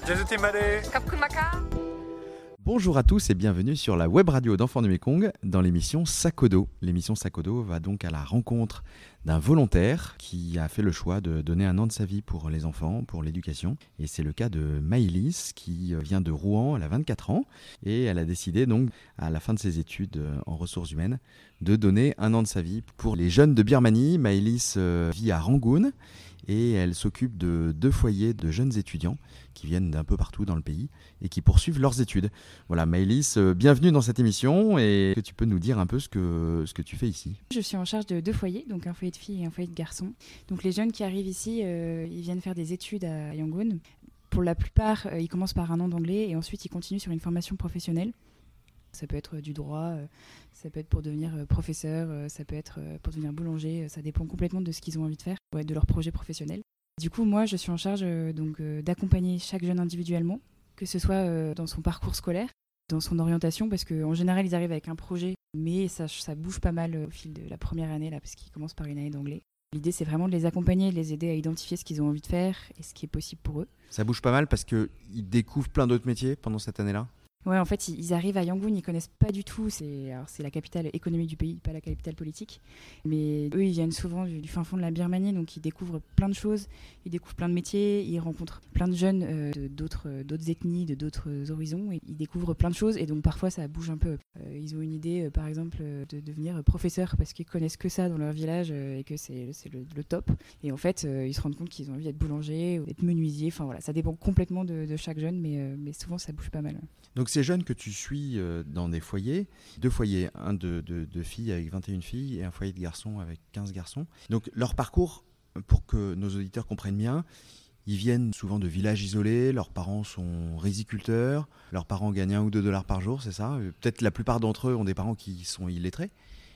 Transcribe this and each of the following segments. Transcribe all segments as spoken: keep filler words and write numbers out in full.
Bonjour à tous et bienvenue sur la web radio d'Enfants du Mékong dans l'émission Sakodo. L'émission Sakodo va donc à la rencontre d'un volontaire qui a fait le choix de donner un an de sa vie pour les enfants, pour l'éducation. Et c'est le cas de Maëlys qui vient de Rouen, elle a vingt-quatre ans et elle a décidé donc à la fin de ses études en ressources humaines de donner un an de sa vie pour les jeunes de Birmanie. Maëlys vit à Rangoon et elle s'occupe de deux foyers de jeunes étudiants qui viennent d'un peu partout dans le pays et qui poursuivent leurs études. Voilà, Maëlys, euh, bienvenue dans cette émission et que tu peux nous dire un peu ce que, ce que tu fais ici. Je suis en charge de deux foyers, donc un foyer de filles et un foyer de garçons. Donc les jeunes qui arrivent ici, euh, ils viennent faire des études à Yangon. Pour la plupart, euh, ils commencent par un an d'anglais et ensuite ils continuent sur une formation professionnelle. Ça peut être du droit, euh, ça peut être pour devenir euh, professeur, euh, ça peut être euh, pour devenir boulanger, euh, ça dépend complètement de ce qu'ils ont envie de faire, ouais, de leur projet professionnel. Du coup, moi, je suis en charge euh, donc, euh, d'accompagner chaque jeune individuellement, que ce soit euh, dans son parcours scolaire, dans son orientation, parce qu'en général, ils arrivent avec un projet, mais ça, ça bouge pas mal euh, au fil de la première année, là, parce qu'ils commencent par une année d'anglais. L'idée, c'est vraiment de les accompagner, de les aider à identifier ce qu'ils ont envie de faire et ce qui est possible pour eux. Ça bouge pas mal parce qu'ils découvrent plein d'autres métiers pendant cette année-là ? Ouais, en fait, ils arrivent à Yangon, ils connaissent pas du tout. C'est, alors, c'est la capitale économique du pays, pas la capitale politique. Mais eux, ils viennent souvent du, du fin fond de la Birmanie, donc ils découvrent plein de choses, ils découvrent plein de métiers, ils rencontrent plein de jeunes euh, de, d'autres, euh, d'autres ethnies, de d'autres horizons, et ils découvrent plein de choses. Et donc parfois, ça bouge un peu. Euh, ils ont une idée, euh, par exemple, euh, de devenir professeur parce qu'ils connaissent que ça dans leur village euh, et que c'est, c'est le, le top. Et en fait, euh, ils se rendent compte qu'ils ont envie d'être boulanger, d'être menuisier. Enfin voilà, ça dépend complètement de, de chaque jeune, mais, euh, mais souvent, ça bouge pas mal. Donc ces jeunes que tu suis euh, dans des foyers, deux foyers, un de, de, de filles avec vingt et une filles et un foyer de garçons avec quinze garçons. Donc leur parcours, pour que nos auditeurs comprennent bien, ils viennent souvent de villages isolés, leurs parents sont riziculteurs, leurs parents gagnent un ou deux dollars par jour, c'est ça ? Peut-être la plupart d'entre eux ont des parents qui sont illettrés.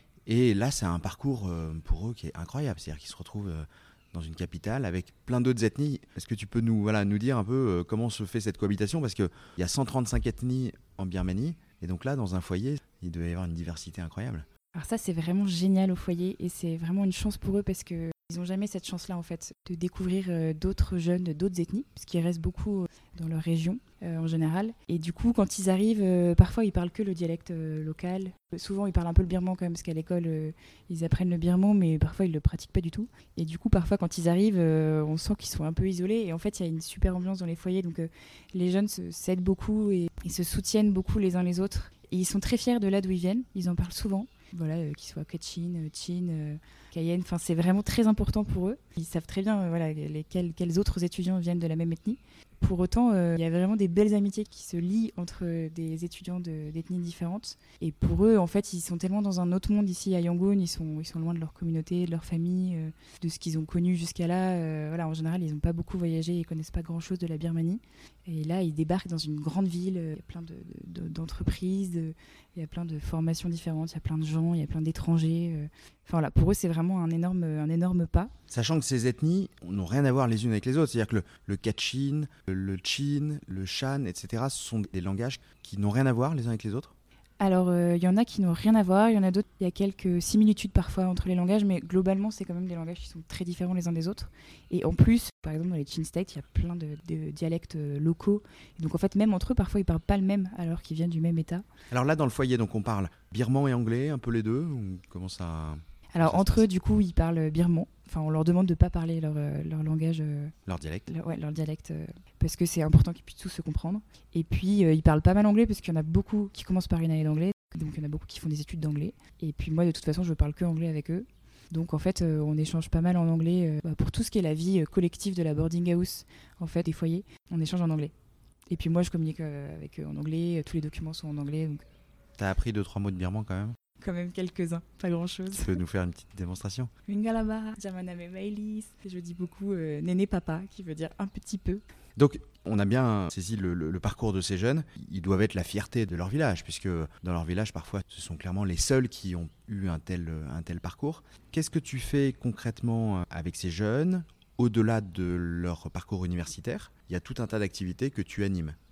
Et là, c'est un parcours euh, pour eux qui est incroyable, c'est-à-dire qu'ils se retrouvent... Euh, dans une capitale avec plein d'autres ethnies. Est-ce que tu peux nous, voilà, nous dire un peu euh, comment se fait cette cohabitation ? Parce qu'il y a cent trente-cinq ethnies en Birmanie, et donc là, dans un foyer, il doit y avoir une diversité incroyable. Alors ça, c'est vraiment génial au foyer, et c'est vraiment une chance pour eux parce que ils n'ont jamais cette chance-là, en fait, de découvrir euh, d'autres jeunes, d'autres ethnies, puisqu'ils restent beaucoup dans leur région, euh, en général. Et du coup, quand ils arrivent, euh, parfois, ils parlent que le dialecte euh, local. Souvent, ils parlent un peu le birman quand même, parce qu'à l'école, euh, ils apprennent le birman, mais parfois, ils ne le pratiquent pas du tout. Et du coup, parfois, quand ils arrivent, euh, on sent qu'ils sont un peu isolés. Et en fait, il y a une super ambiance dans les foyers. Donc, euh, les jeunes se, s'aident beaucoup et ils se soutiennent beaucoup les uns les autres. Et ils sont très fiers de là d'où ils viennent. Ils en parlent souvent. Voilà, euh, qu'ils soient Kachin, euh, Chin, euh, Cayenne, enfin c'est vraiment très important pour eux. Ils savent très bien euh, voilà, les, quels, quels autres étudiants viennent de la même ethnie. Pour autant, euh, il y a vraiment des belles amitiés qui se lient entre des étudiants de, d'ethnies différentes. Et pour eux, en fait, ils sont tellement dans un autre monde ici à Yangon, ils sont, ils sont loin de leur communauté, de leur famille, euh, de ce qu'ils ont connu jusqu'à là. Euh, voilà, en général, ils n'ont pas beaucoup voyagé, ils ne connaissent pas grand-chose de la Birmanie. Et là, ils débarquent dans une grande ville, il y a plein de, de, d'entreprises, de, il y a plein de formations différentes, il y a plein de gens, il y a plein d'étrangers. Euh. Enfin voilà, pour eux, c'est vraiment un énorme, un énorme pas. Sachant que ces ethnies n'ont rien à voir les unes avec les autres, c'est-à-dire que le, le Kachin, le Chin, le Shan, et cetera, ce sont des langages qui n'ont rien à voir les uns avec les autres. Alors, il euh, y en a qui n'ont rien à voir, il y en a d'autres, il y a quelques similitudes parfois entre les langages, mais globalement, c'est quand même des langages qui sont très différents les uns des autres. Et en plus, par exemple, dans les Chin States, il y a plein de, de dialectes euh, locaux. Et donc, en fait, même entre eux, parfois, ils ne parlent pas le même, alors qu'ils viennent du même État. Alors là, dans le foyer, donc on parle birman et anglais, un peu les deux, ou comment ça... Alors, entre eux, du coup, ils parlent birman. Enfin, on leur demande de ne pas parler leur, euh, leur langage. Euh, leur dialecte. leur, Ouais, leur dialecte, euh, parce que c'est important qu'ils puissent tous se comprendre. Et puis, euh, ils parlent pas mal anglais, parce qu'il y en a beaucoup qui commencent par une année d'anglais. Donc, il y en a beaucoup qui font des études d'anglais. Et puis, moi, de toute façon, je parle que anglais avec eux. Donc, en fait, euh, on échange pas mal en anglais euh, bah, pour tout ce qui est la vie euh, collective de la boarding house, en fait, des foyers. On échange en anglais. Et puis, moi, je communique euh, avec eux en anglais. Tous les documents sont en anglais. Donc... T'as appris deux, trois mots de birman quand même ? Quand même quelques-uns, pas grand-chose. Tu peux nous faire une petite démonstration ? Wingalaba, Jamaname Maëlys. Je dis beaucoup euh, Néné Papa, qui veut dire un petit peu. Donc, on a bien saisi le, le, le parcours de ces jeunes. Ils doivent être la fierté de leur village, puisque dans leur village, parfois, ce sont clairement les seuls qui ont eu un tel, un tel parcours. Qu'est-ce que tu fais concrètement avec ces jeunes ? Au-delà de leur parcours universitaire, il y a tout un tas d'activités que tu animes.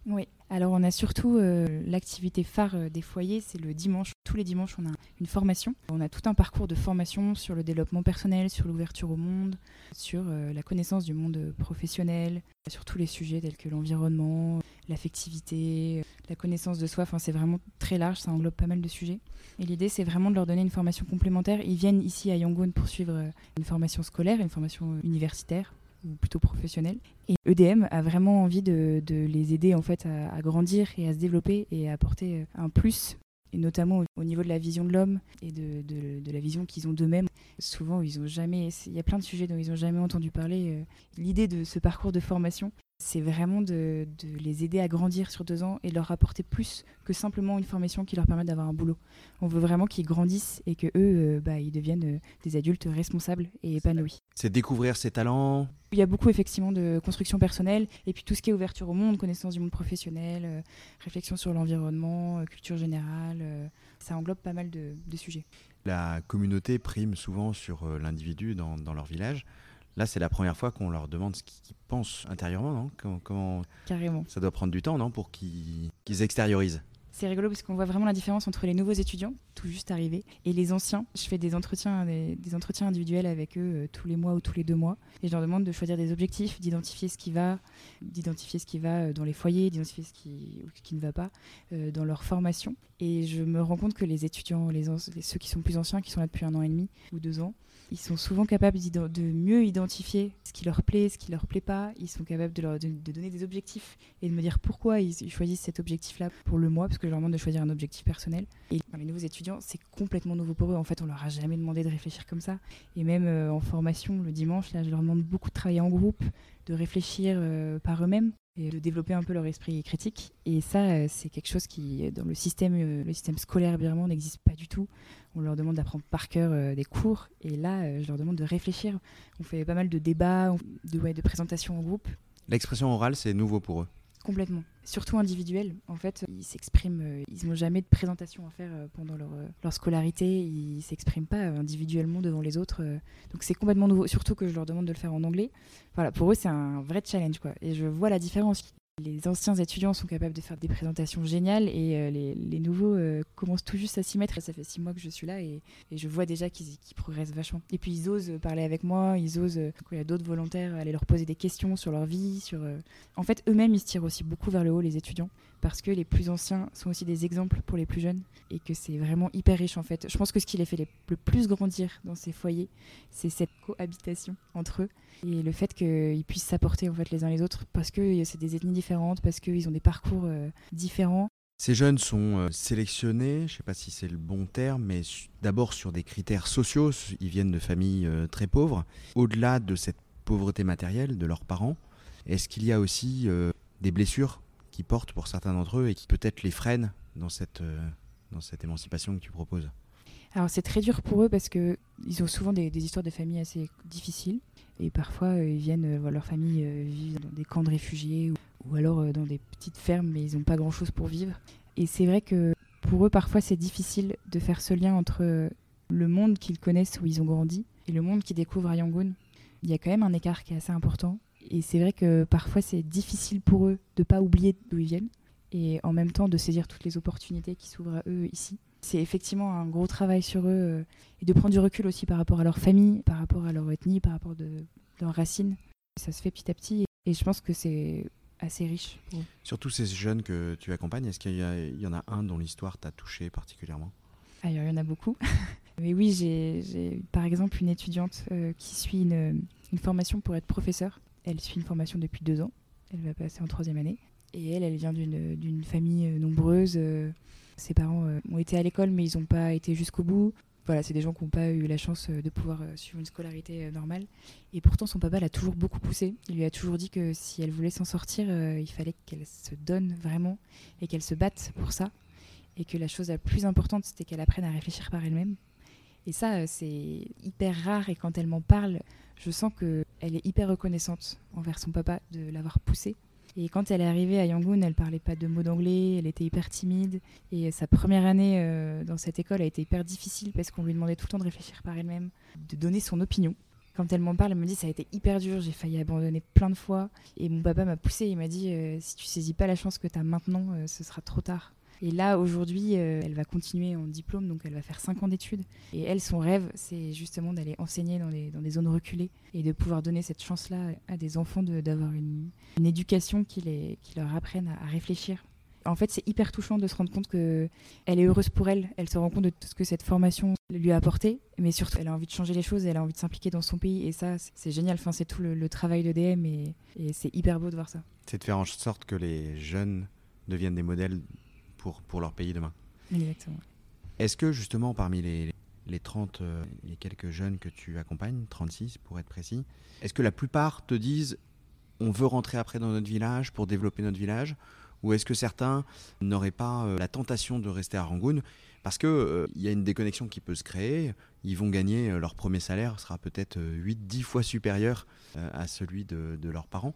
Oui, alors on a surtout euh, l'activité phare euh, des foyers, c'est le dimanche. Tous les dimanches, on a une formation. On a tout un parcours de formation sur le développement personnel, sur l'ouverture au monde, sur euh, la connaissance du monde professionnel, sur tous les sujets tels que l'environnement, l'affectivité, la connaissance de soi. Enfin, c'est vraiment très large, ça englobe pas mal de sujets. Et l'idée, c'est vraiment de leur donner une formation complémentaire. Ils viennent ici à Yangon pour suivre une formation scolaire, une formation universitaire, ou plutôt professionnelle. Et E D M a vraiment envie de, de les aider en fait à, à grandir et à se développer et à apporter un plus, et notamment au, au niveau de la vision de l'homme et de, de, de la vision qu'ils ont d'eux-mêmes. Souvent, ils ont jamais, il y a plein de sujets dont ils n'ont jamais entendu parler. L'idée de ce parcours de formation, c'est vraiment de, de les aider à grandir sur deux ans et de leur apporter plus que simplement une formation qui leur permet d'avoir un boulot. On veut vraiment qu'ils grandissent et qu'eux, euh, bah, ils deviennent euh, des adultes responsables et épanouis. C'est découvrir ses talents. Il y a beaucoup effectivement de construction personnelle et puis tout ce qui est ouverture au monde, connaissance du monde professionnel, euh, réflexion sur l'environnement, euh, culture générale, euh, ça englobe pas mal de, de sujets. La communauté prime souvent sur euh, l'individu dans, dans leur village. Là, c'est la première fois qu'on leur demande ce qu'ils pensent intérieurement, non ? Comment, comment... Carrément. Ça doit prendre du temps, non ? Pour qu'ils, qu'ils extériorisent. C'est rigolo parce qu'on voit vraiment la différence entre les nouveaux étudiants, tout juste arrivés, et les anciens. Je fais des entretiens, des, des entretiens individuels avec eux euh, tous les mois ou tous les deux mois. Et je leur demande de choisir des objectifs, d'identifier ce qui va, d'identifier ce qui va dans les foyers, d'identifier ce qui, ce qui ne va pas euh, dans leur formation. Et je me rends compte que les étudiants, les, les, ceux qui sont plus anciens, qui sont là depuis un an et demi ou deux ans, ils sont souvent capables de mieux identifier ce qui leur plaît, ce qui leur plaît pas. Ils sont capables de, leur, de, de donner des objectifs et de me dire pourquoi ils, ils choisissent cet objectif-là pour le mois, parce que je leur demande de choisir un objectif personnel. Et les nouveaux étudiants, c'est complètement nouveau pour eux. En fait, on leur a jamais demandé de réfléchir comme ça. Et même euh, en formation, le dimanche, là, je leur demande beaucoup de travailler en groupe, de réfléchir euh, par eux-mêmes et de développer un peu leur esprit critique. Et ça, euh, c'est quelque chose qui, dans le système, euh, le système scolaire birman, n'existe pas du tout. On leur demande d'apprendre par cœur euh, des cours. Et là, euh, je leur demande de réfléchir. On fait pas mal de débats, de, ouais, de présentations en groupe. L'expression orale, c'est nouveau pour eux. Complètement. Surtout individuel. En fait, ils s'expriment, euh, ils n'ont jamais de présentation à faire euh, pendant leur, euh, leur scolarité. Ils ne s'expriment pas euh, individuellement devant les autres. Euh, donc c'est complètement nouveau. Surtout que je leur demande de le faire en anglais. Voilà, pour eux, c'est un vrai challenge, quoi. Et je vois la différence. Les anciens étudiants sont capables de faire des présentations géniales et euh, les, les nouveaux euh, commencent tout juste à s'y mettre. Ça fait six mois que je suis là et, et je vois déjà qu'ils, qu'ils progressent vachement. Et puis ils osent parler avec moi, ils osent, euh, quand il y a d'autres volontaires, aller leur poser des questions sur leur vie. Sur, euh... En fait, eux-mêmes, ils se tirent aussi beaucoup vers le haut, les étudiants, parce que les plus anciens sont aussi des exemples pour les plus jeunes et que c'est vraiment hyper riche en fait. Je pense que ce qui les fait les, le plus grandir dans ces foyers, c'est cette cohabitation entre eux et le fait qu'ils puissent s'apporter en fait les uns les autres parce que c'est des ethnies différentes, parce qu'ils ont des parcours euh, différents. Ces jeunes sont euh, sélectionnés, je ne sais pas si c'est le bon terme, mais su- d'abord sur des critères sociaux. Ils viennent de familles euh, très pauvres. Au-delà de cette pauvreté matérielle de leurs parents, est-ce qu'il y a aussi euh, des blessures qui portent pour certains d'entre eux et qui peut-être les freinent dans cette, euh, dans cette émancipation que tu proposes ? Alors c'est très dur pour eux parce qu'ils ont souvent des, des histoires de famille assez difficiles et parfois euh, ils viennent, euh, leur famille euh, vivent dans des camps de réfugiés ou, ou alors euh, dans des petites fermes mais ils n'ont pas grand-chose pour vivre. Et c'est vrai que pour eux parfois c'est difficile de faire ce lien entre le monde qu'ils connaissent où ils ont grandi et le monde qu'ils découvrent à Yangon. Il y a quand même un écart qui est assez important et c'est vrai que parfois c'est difficile pour eux de ne pas oublier d'où ils viennent et en même temps de saisir toutes les opportunités qui s'ouvrent à eux ici. C'est effectivement un gros travail sur eux euh, et de prendre du recul aussi par rapport à leur famille, par rapport à leur ethnie, par rapport à leurs racines. Ça se fait petit à petit et je pense que c'est assez riche. Pour eux. Surtout ces jeunes que tu accompagnes, est-ce qu'il y, a, il y en a un dont l'histoire t'a touché particulièrement ? Ah, il y en a beaucoup. Mais oui, j'ai, j'ai par exemple une étudiante euh, qui suit une, une formation pour être professeure. Elle suit une formation depuis deux ans. Elle va passer en troisième année. Et elle, elle vient d'une, d'une famille nombreuse. Euh, ses parents euh, ont été à l'école, mais ils n'ont pas été jusqu'au bout. Voilà, c'est des gens qui n'ont pas eu la chance de pouvoir euh, suivre une scolarité euh, normale. Et pourtant, son papa l'a toujours beaucoup poussée. Il lui a toujours dit que si elle voulait s'en sortir, euh, il fallait qu'elle se donne vraiment et qu'elle se batte pour ça. Et que la chose la plus importante, c'était qu'elle apprenne à réfléchir par elle-même. Et ça, euh, c'est hyper rare. Et quand elle m'en parle, je sens qu'elle est hyper reconnaissante envers son papa de l'avoir poussée. Et quand elle est arrivée à Yangon, elle parlait pas de mots d'anglais, elle était hyper timide. Et sa première année euh, dans cette école a été hyper difficile parce qu'on lui demandait tout le temps de réfléchir par elle-même, de donner son opinion. Quand elle m'en parle, elle me dit ça a été hyper dur, j'ai failli abandonner plein de fois. Et mon papa m'a poussée, il m'a dit euh, si tu saisis pas la chance que tu as maintenant, euh, ce sera trop tard. Et là, aujourd'hui, euh, elle va continuer en diplôme, donc elle va faire cinq ans d'études. Et elle, son rêve, c'est justement d'aller enseigner dans des, dans des zones reculées et de pouvoir donner cette chance-là à des enfants de, d'avoir une, une éducation qui, les, qui leur apprenne à, à réfléchir. En fait, c'est hyper touchant de se rendre compte qu'elle est heureuse pour elle. Elle se rend compte de tout ce que cette formation lui a apporté, mais surtout, elle a envie de changer les choses, elle a envie de s'impliquer dans son pays. Et ça, c'est, c'est génial. Enfin, c'est tout le, le travail de D M et, et c'est hyper beau de voir ça. C'est de faire en sorte que les jeunes deviennent des modèles pour, pour leur pays demain. Exactement. Est-ce que justement parmi les, les trente euh, et quelques jeunes que tu accompagnes, trente-six pour être précis, est-ce que la plupart te disent on veut rentrer après dans notre village pour développer notre village, ou est-ce que certains n'auraient pas euh, la tentation de rester à Rangoon parce qu'il euh, y a une déconnexion qui peut se créer, ils vont gagner, euh, leur premier salaire sera peut-être euh, huit dix fois supérieur euh, à celui de, de leurs parents.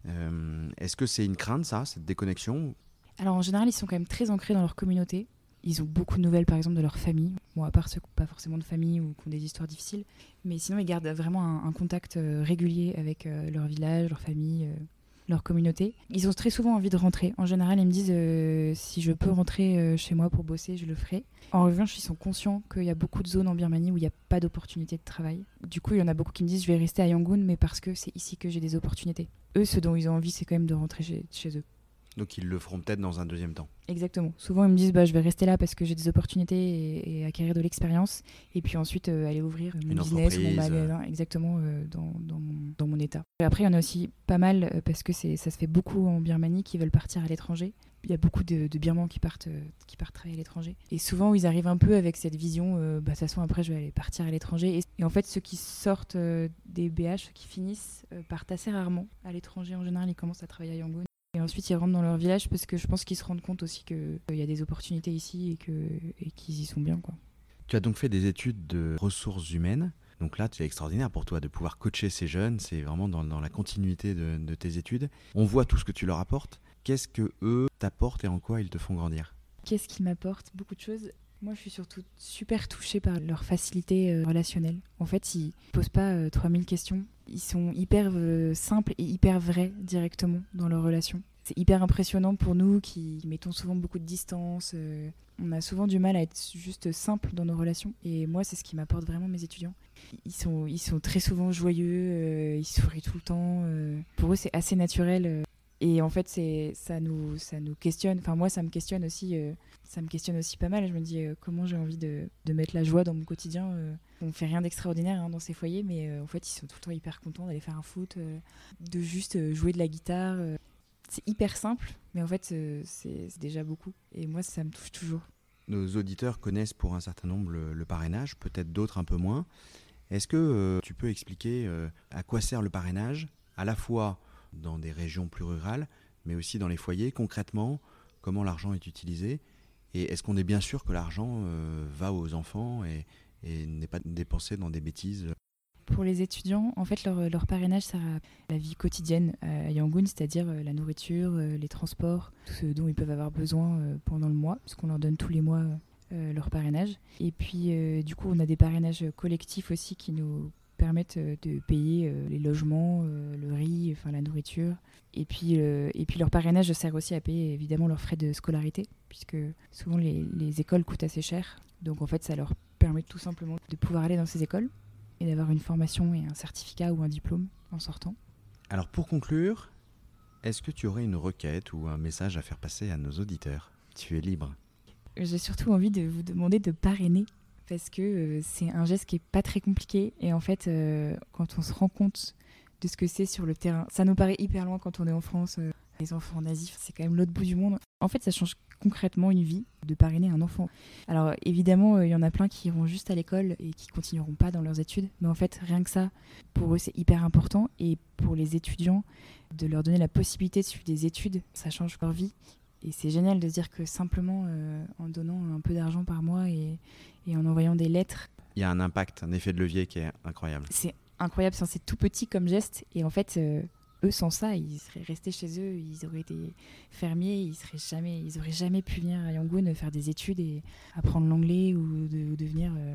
Euh, est-ce que c'est une crainte ça, cette déconnexion ? Alors en général, ils sont quand même très ancrés dans leur communauté. Ils ont beaucoup de nouvelles, par exemple, de leur famille. Bon, à part ceux qui n'ont pas forcément de famille ou qui ont des histoires difficiles. Mais sinon, ils gardent vraiment un, un contact euh, régulier avec euh, leur village, leur famille, euh, leur communauté. Ils ont très souvent envie de rentrer. En général, ils me disent euh, si je peux rentrer euh, chez moi pour bosser, je le ferai. En revanche, ils sont conscients qu'il y a beaucoup de zones en Birmanie où il n'y a pas d'opportunité de travail. Du coup, il y en a beaucoup qui me disent je vais rester à Yangon, mais parce que c'est ici que j'ai des opportunités. Eux, ce dont ils ont envie, c'est quand même de rentrer chez, chez eux. Donc ils le feront peut-être dans un deuxième temps. Exactement. Souvent, ils me disent bah, je vais rester là parce que j'ai des opportunités et, et acquérir de l'expérience. Et puis ensuite, euh, aller ouvrir mon Une business ou mon entreprise, magasin, exactement, euh, dans, dans, mon, dans mon état. Et après, il y en a aussi pas mal, euh, parce que c'est, ça se fait beaucoup en Birmanie, qui veulent partir à l'étranger. Il y a beaucoup de, de Birmans qui partent, euh, qui partent travailler à l'étranger. Et souvent, ils arrivent un peu avec cette vision euh, bah, de toute façon, après, je vais aller partir à l'étranger. Et, et en fait, ceux qui sortent euh, des B H, ceux qui finissent, euh, partent assez rarement à l'étranger. En général, ils commencent à travailler à Yangon. Et ensuite, ils rentrent dans leur village parce que je pense qu'ils se rendent compte aussi qu'il euh, y a des opportunités ici et, que, et qu'ils y sont bien, quoi. Tu as donc fait des études de ressources humaines. Donc là, c'est extraordinaire pour toi de pouvoir coacher ces jeunes. C'est vraiment dans, dans la continuité de, de tes études. On voit tout ce que tu leur apportes. Qu'est-ce que eux t'apportent et en quoi ils te font grandir ? Qu'est-ce qu'ils m'apportent ? Beaucoup de choses. Moi, je suis surtout super touchée par leur facilité euh, relationnelle. En fait, ils ne posent pas euh, trois mille questions. Ils sont hyper euh, simples et hyper vrais directement dans leurs relations. C'est hyper impressionnant pour nous qui mettons souvent beaucoup de distance. Euh, on a souvent du mal à être juste simple dans nos relations. Et moi, c'est ce qui m'apporte vraiment mes étudiants. Ils sont, ils sont très souvent joyeux, euh, ils sourient tout le temps. Euh. Pour eux, c'est assez naturel. Euh. Et en fait, c'est, ça, nous, ça nous questionne. Enfin, moi, ça me questionne aussi. Euh, ça me questionne aussi pas mal. Je me dis euh, comment j'ai envie de, de mettre la joie dans mon quotidien. Euh, on fait rien d'extraordinaire hein, dans ces foyers, mais euh, en fait, ils sont tout le temps hyper contents d'aller faire un foot, euh, de juste euh, jouer de la guitare. Euh. C'est hyper simple, mais en fait, euh, c'est, c'est déjà beaucoup. Et moi, ça me touche toujours. Nos auditeurs connaissent pour un certain nombre le, le parrainage, peut-être d'autres un peu moins. Est-ce que euh, tu peux expliquer euh, à quoi sert le parrainage, à la fois dans des régions plus rurales, mais aussi dans les foyers, concrètement, comment l'argent est utilisé ? Et est-ce qu'on est bien sûr que l'argent euh, va aux enfants et, et n'est pas dépensé dans des bêtises ? Pour les étudiants, en fait, leur, leur parrainage sert à la vie quotidienne à Yangon, c'est-à-dire euh, la nourriture, euh, les transports, tout ce dont ils peuvent avoir besoin euh, pendant le mois, puisqu'on leur donne tous les mois euh, leur parrainage. Et puis, euh, du coup, on a des parrainages collectifs aussi qui nous permettent euh, de payer euh, les logements, euh, le riz, enfin la nourriture. Et puis, euh, et puis leur parrainage sert aussi à payer évidemment leurs frais de scolarité, puisque souvent les, les écoles coûtent assez cher. Donc en fait, ça leur permet tout simplement de pouvoir aller dans ces écoles et d'avoir une formation et un certificat ou un diplôme en sortant. Alors pour conclure, est-ce que tu aurais une requête ou un message à faire passer à nos auditeurs ? Tu es libre. J'ai surtout envie de vous demander de parrainer, parce que euh, c'est un geste qui n'est pas très compliqué. Et en fait, euh, quand on se rend compte de ce que c'est sur le terrain, ça nous paraît hyper loin quand on est en France. Euh, les enfants nazis, c'est quand même l'autre bout du monde. En fait, ça change concrètement une vie de parrainer un enfant. Alors évidemment, il euh, y en a plein qui iront juste à l'école et qui continueront pas dans leurs études. Mais en fait, rien que ça, pour eux, c'est hyper important. Et pour les étudiants, de leur donner la possibilité de suivre des études, ça change leur vie. Et c'est génial de se dire que simplement euh, en donnant un peu d'argent par mois et, et en envoyant des lettres... Il y a un impact, un effet de levier qui est incroyable. C'est incroyable, c'est tout petit comme geste. Et en fait... Euh, eux, sans ça, ils seraient restés chez eux, ils auraient été fermiers, ils seraient jamais, ils auraient jamais pu venir à Yangon faire des études et apprendre l'anglais ou, de, ou devenir, euh, ou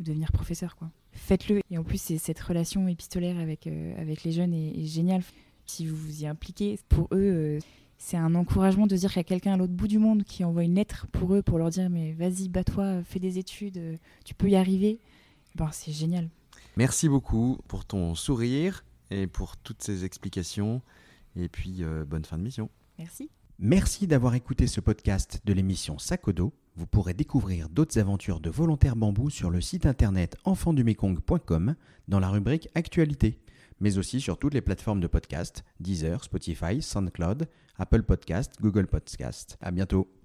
devenir professeur, quoi. Faites-le. Et en plus, c'est, cette relation épistolaire avec, euh, avec les jeunes est, est géniale. Si vous vous y impliquez, pour eux, euh, c'est un encouragement de dire qu'il y a quelqu'un à l'autre bout du monde qui envoie une lettre pour eux, pour leur dire « mais vas-y, bats-toi, fais des études, euh, tu peux y arriver ». Ben, c'est génial. Merci beaucoup pour ton sourire et pour toutes ces explications. Et puis, euh, bonne fin de mission. Merci. Merci d'avoir écouté ce podcast de l'émission Sac au dos. Vous pourrez découvrir d'autres aventures de volontaires bambou sur le site internet enfants du mékong point com dans la rubrique Actualité, mais aussi sur toutes les plateformes de podcast, Deezer, Spotify, SoundCloud, Apple Podcast, Google Podcast. À bientôt.